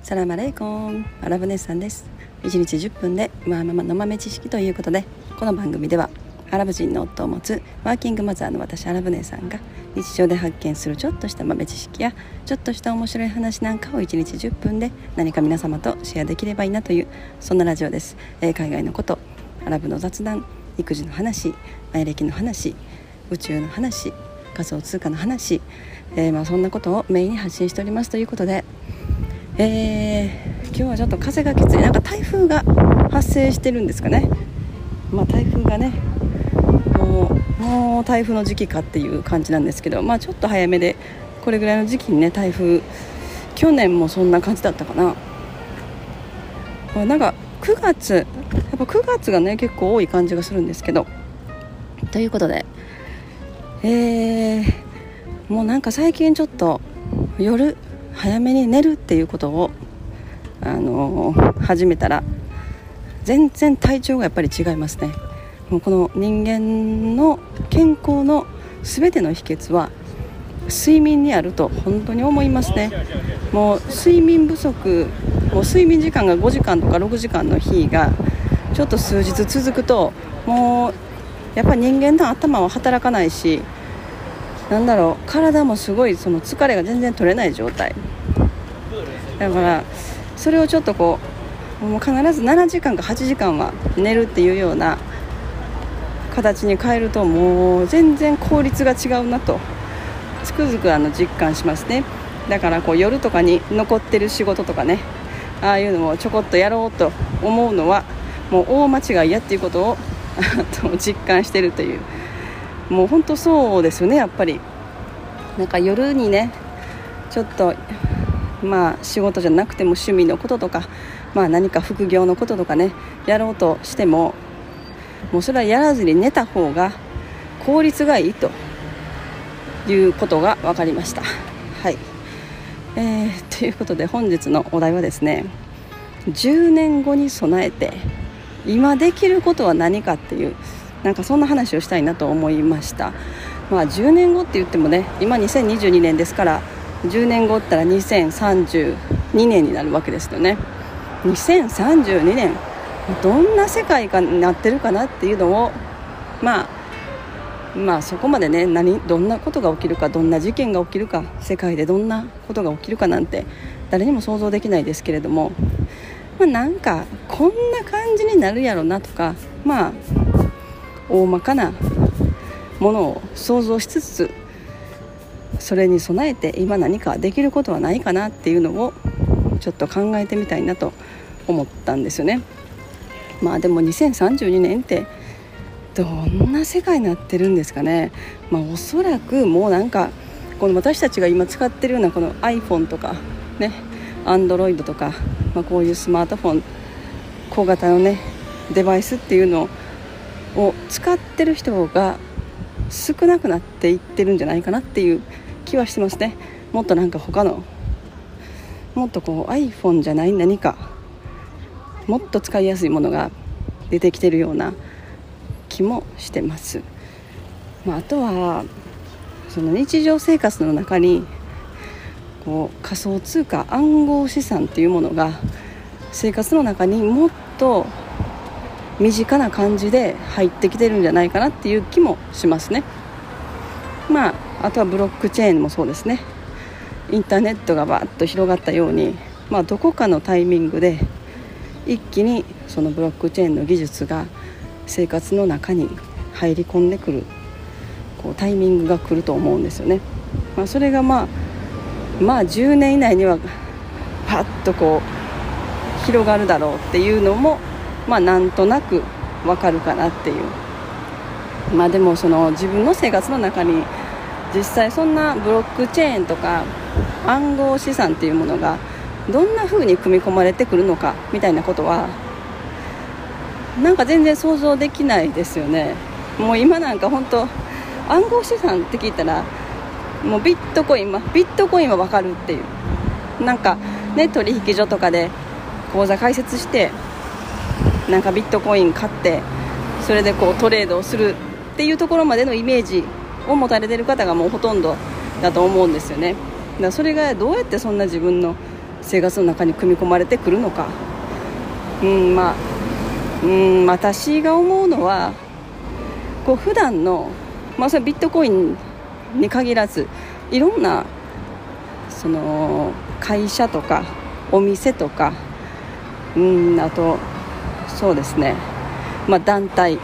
サラマレイコン、アラブネッサンです。1日10分でまあままの豆知識ということで、この番組ではアラブ人の夫を持つワーキングマザーの私アラブネさんが日常で発見するちょっとした豆知識やちょっとした面白い話なんかを1日10分で何か皆様とシェアできればいいなという、そんなラジオです。海外のこと、アラブの雑談、育児の話、前歴の話、宇宙の話、仮想通貨の話、そんなことをメインに発信しておりますということで、今日はちょっと風がきつい。なんか台風が発生してるんですかね。台風がね、もう台風の時期かっていう感じなんですけど、ちょっと早めでこれぐらいの時期にね、台風、去年もそんな感じだったかな。なんか9月がね結構多い感じがするんですけど、ということで、もうなんか最近ちょっと夜早めに寝るっていうことを始めたら全然体調がやっぱり違いますね。もうこの人間の健康の全ての秘訣は睡眠にあると本当に思いますね。もう睡眠不足、もう睡眠時間が5時間とか6時間の日がちょっと数日続くと、もうやっぱり人間の頭は働かないし、体もすごいその疲れが全然取れない状態だから、それをちょっともう必ず7時間か8時間は寝るっていうような形に変えると、もう全然効率が違うなとつくづく実感しますね。だから夜とかに残ってる仕事とかね、ああいうのもちょこっとやろうと思うのはもう大間違いやっていうことを実感してるという、もう本当そうですよね。やっぱりなんか夜にね、ちょっと仕事じゃなくても趣味のこととか、何か副業のこととかねやろうとしても、もうそれはやらずに寝た方が効率がいいということが分かりました。はい、ということで本日のお題はですね、10年後に備えて今できることは何かっていう、なんかそんな話をしたいなと思いました。10年後って言ってもね、今2022年ですから、10年後ったら2032年になるわけですよね。2032年どんな世界観になってるかなっていうのを、そこまでね、どんなことが起きるか、どんな事件が起きるか、世界でどんなことが起きるかなんて誰にも想像できないですけれども、なんかこんな感じになるやろなとか、大まかなものを想像しつつ、それに備えて今何かできることはないかなっていうのをちょっと考えてみたいなと思ったんですよね。でも2032年ってどんな世界になってるんですかね。おそらくもうなんかこの私たちが今使ってるようなこの iPhone とかね、Android とか、こういうスマートフォン、小型のねデバイスっていうのを使ってる人が少なくなっていってるんじゃないかなっていう気はしてますね。もっとなんか他のもっとiPhone じゃない何かもっと使いやすいものが出てきてるような気もしてます。あとはその日常生活の中に仮想通貨、暗号資産っていうものが生活の中にもっと身近な感じで入ってきてるんじゃないかなっていう気もしますね。あとはブロックチェーンもそうですね。インターネットがバーッと広がったように、どこかのタイミングで一気にそのブロックチェーンの技術が生活の中に入り込んでくるタイミングが来ると思うんですよね。それが10年以内にはパッと広がるだろうっていうのもなんとなくわかるかなっていう。でもその自分の生活の中に実際そんなブロックチェーンとか暗号資産っていうものがどんな風に組み込まれてくるのかみたいなことはなんか全然想像できないですよね。もう今なんか本当暗号資産って聞いたらもうビットコインは分かるっていう、なんかね、取引所とかで口座開設してなんかビットコイン買ってそれでトレードをするっていうところまでのイメージを持たれている方がもうほとんどだと思うんですよね。だからそれがどうやってそんな自分の生活の中に組み込まれてくるのか。私が思うのはこう普段の、それビットコインに限らずいろんなその会社とかお店とか、あとそうですね、団体、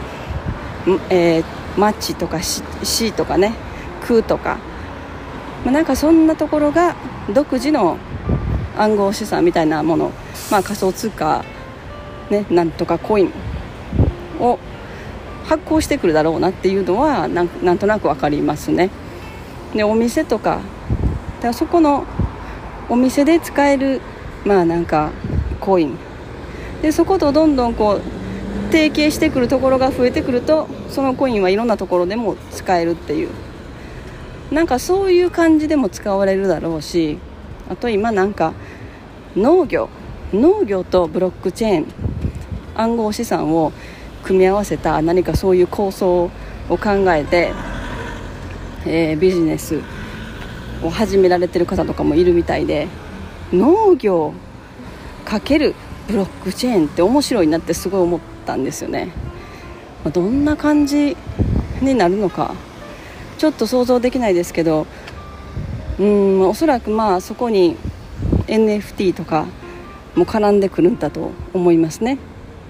町とか市とかね、区とか、なんかそんなところが独自の暗号資産みたいなもの、仮想通貨、ね、なんとかコインを発行してくるだろうなっていうのはなんとなく分かりますね。でお店とか、だからそこのお店で使えるなんかコインで、そことどんどんこう提携してくるところが増えてくると、そのコインはいろんなところでも使えるっていう、なんかそういう感じでも使われるだろうし、あと今なんか農業とブロックチェーン、暗号資産を組み合わせた何かそういう構想を考えて、ビジネスを始められてる方とかもいるみたいで、農業×ブロックチェーンって面白いなってすごい思ったんですよね。どんな感じになるのかちょっと想像できないですけど、おそらくそこに NFT とかも絡んでくるんだと思いますね。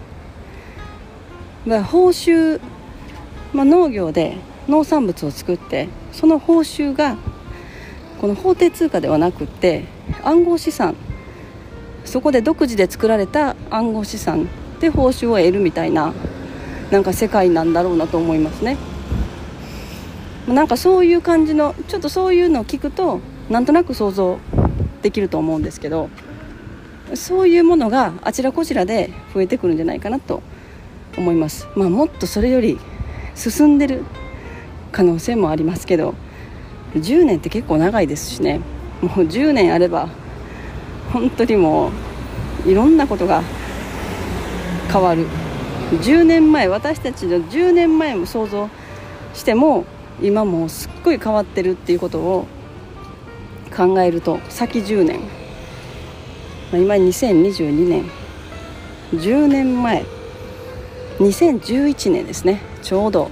報酬、農業で農産物を作って、その報酬がこの法定通貨ではなくって暗号資産、そこで独自で作られた暗号資産で報酬を得るみたいな、なんか世界なんだろうなと思いますね。なんかそういう感じの、ちょっとそういうのを聞くとなんとなく想像できると思うんですけど、そういうものがあちらこちらで増えてくるんじゃないかなと思います。もっとそれより進んでる可能性もありますけど、10年って結構長いですしね。もう10年あれば本当にもういろんなことが変わる。10年前、私たちの10年前も想像しても今もうすっごい変わってるっていうことを考えると、先10年、今2022年、10年前2011年ですね、ちょうど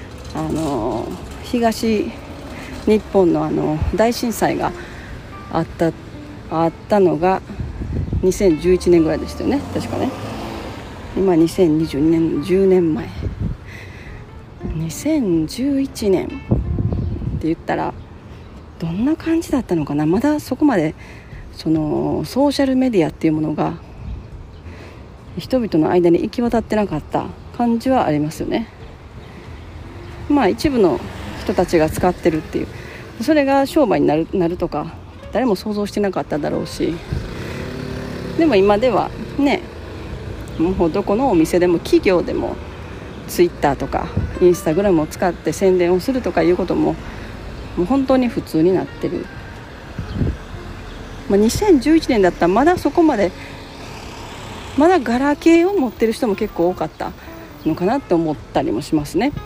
東日本の大震災があったのが2011年ぐらいでしたよね、確かね。今2022年、10年前、2011年って言ったらどんな感じだったのかな。まだそこまでソーシャルメディアっていうものが人々の間に行き渡ってなかった感じはありますよね。一部の人たちが使ってるっていう、それが商売になるとか誰も想像してなかっただろうし、でも今ではね、もうどこのお店でも企業でもツイッターとかインスタグラムを使って宣伝をするとかいうことももう本当に普通になってる。2011年だったらまだそこまで、まだガラケーを持ってる人も結構多かったのかなって思ったりもしますね。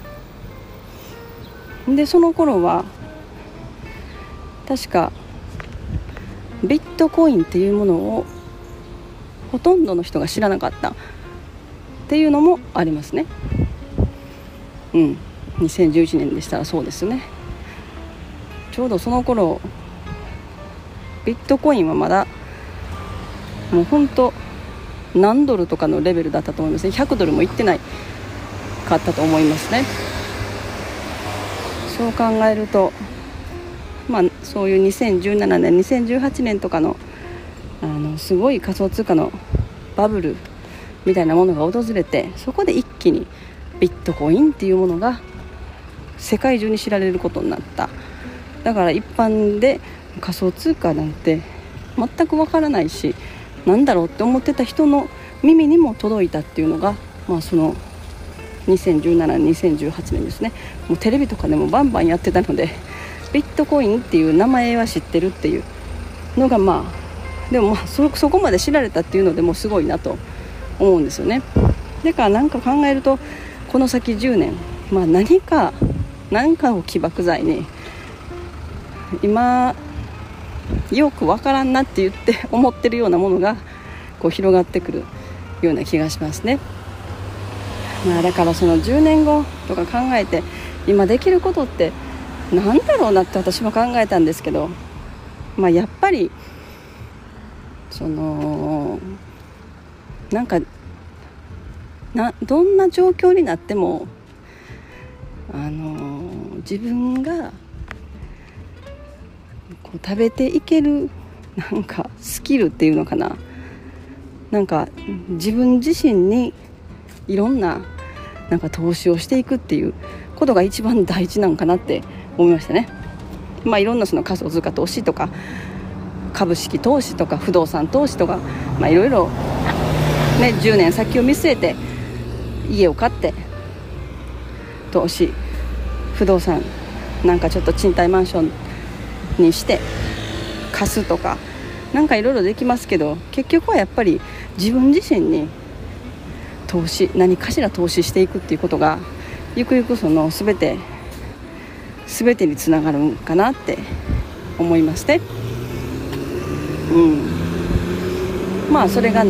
でその頃は確かビットコインっていうものをほとんどの人が知らなかったっていうのもありますね。2011年でしたらそうですね。ちょうどその頃ビットコインはまだもう本当何ドルとかのレベルだったと思いますね。100ドルもいってないかったと思いますね。そう考えるとそういう2017年2018年とかのすごい仮想通貨のバブルみたいなものが訪れて、そこで一気にビットコインっていうものが世界中に知られることになった。だから一般で仮想通貨なんて全くわからないし、なんだろうって思ってた人の耳にも届いたっていうのが、その2017年2018年ですね。もうテレビとかでもバンバンやってたので、ビットコインっていう名前は知ってるっていうのがでもそこまで知られたっていうのでもすごいなと思うんですよね。だからなんか考えるとこの先10年、何かを起爆剤に今よくわからんなって言って思ってるようなものがこう広がってくるような気がしますね。だからその10年後とか考えて今できることってなんだろうなって私も考えたんですけど、やっぱりそのどんな状況になっても自分がこう食べていけるスキルっていうのかな、自分自身にいろんな投資をしていくっていうことが一番大事なんかなって思いましたね。いろんなその仮想通貨投資とか株式投資とか不動産投資とか、いろいろ、10年先を見据えて家を買って投資、不動産ちょっと賃貸マンションにして貸すとかいろいろできますけど、結局はやっぱり自分自身に何かしら投資していくっていうことがゆくゆくその全てにつながるんかなって思いまして、それが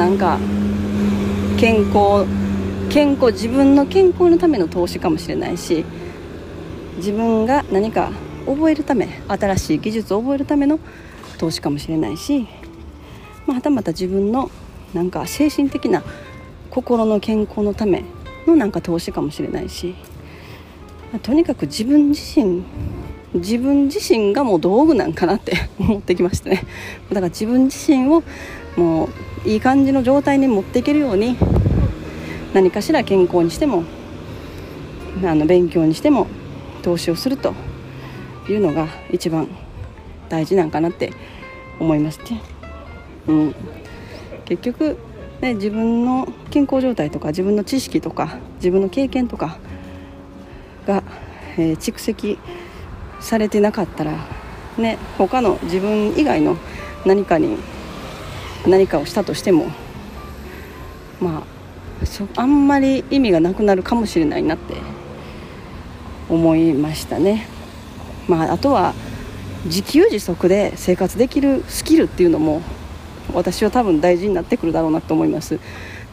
自分の健康のための投資かもしれないし、自分が何か覚えるため、新しい技術を覚えるための投資かもしれないし、はたまた自分の精神的な心の健康のための投資かもしれないし、とにかく自分自身がもう道具なんかなって思ってきましたね。だから自分自身をもういい感じの状態に持っていけるように、何かしら健康にしても勉強にしても投資をするというのが一番大事なんかなって思いまして、結局自分の健康状態とか自分の知識とか自分の経験とかが、蓄積されてなかったら、他の自分以外の何かをしたとしてもあんまり意味がなくなるかもしれないなって思いましたね。あとは自給自足で生活できるスキルっていうのも私は多分大事になってくるだろうなと思います。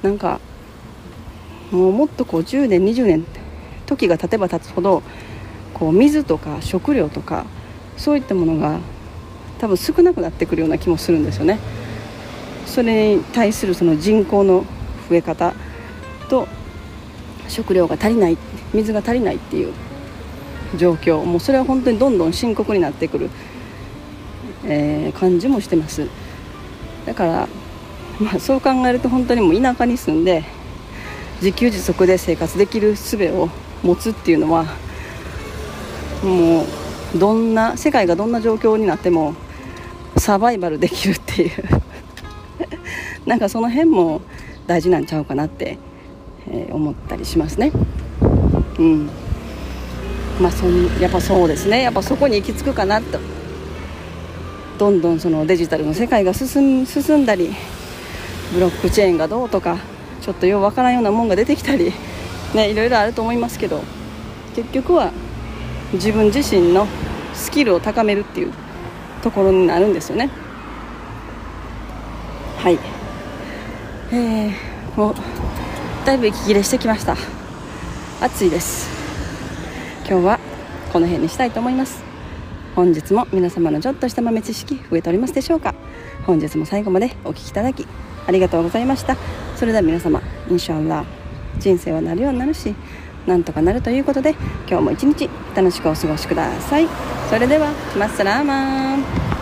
もっと10年20年時が経てば経つほど水とか食料とかそういったものが多分少なくなってくるような気もするんですよね。それに対するその人口の増え方と食料が足りない、水が足りないっていう状況、もうそれは本当にどんどん深刻になってくる、感じもしてます。だから、そう考えると本当にもう田舎に住んで自給自足で生活できる術を持つっていうのはもう世界がどんな状況になってもサバイバルできるっていうその辺も大事なんちゃうかなって、思ったりしますね。やっぱそうですね。やっぱそこに行き着くかなと。どんどんそのデジタルの世界が進んだり、ブロックチェーンがどうとかちょっとようわからんようなもんが出てきたり、いろいろあると思いますけど、結局は自分自身のスキルを高めるっていうところになるんですよね。はい、もうだいぶ息切れしてきました。暑いです。今日はこの辺にしたいと思います。本日も皆様のちょっとした豆知識増えておりますでしょうか。本日も最後までお聞きいただきありがとうございました。それでは皆様、インシャアラー、人生はなるようになるしなんとかなるということで、今日も一日楽しくお過ごしください。それではマッサラーマン。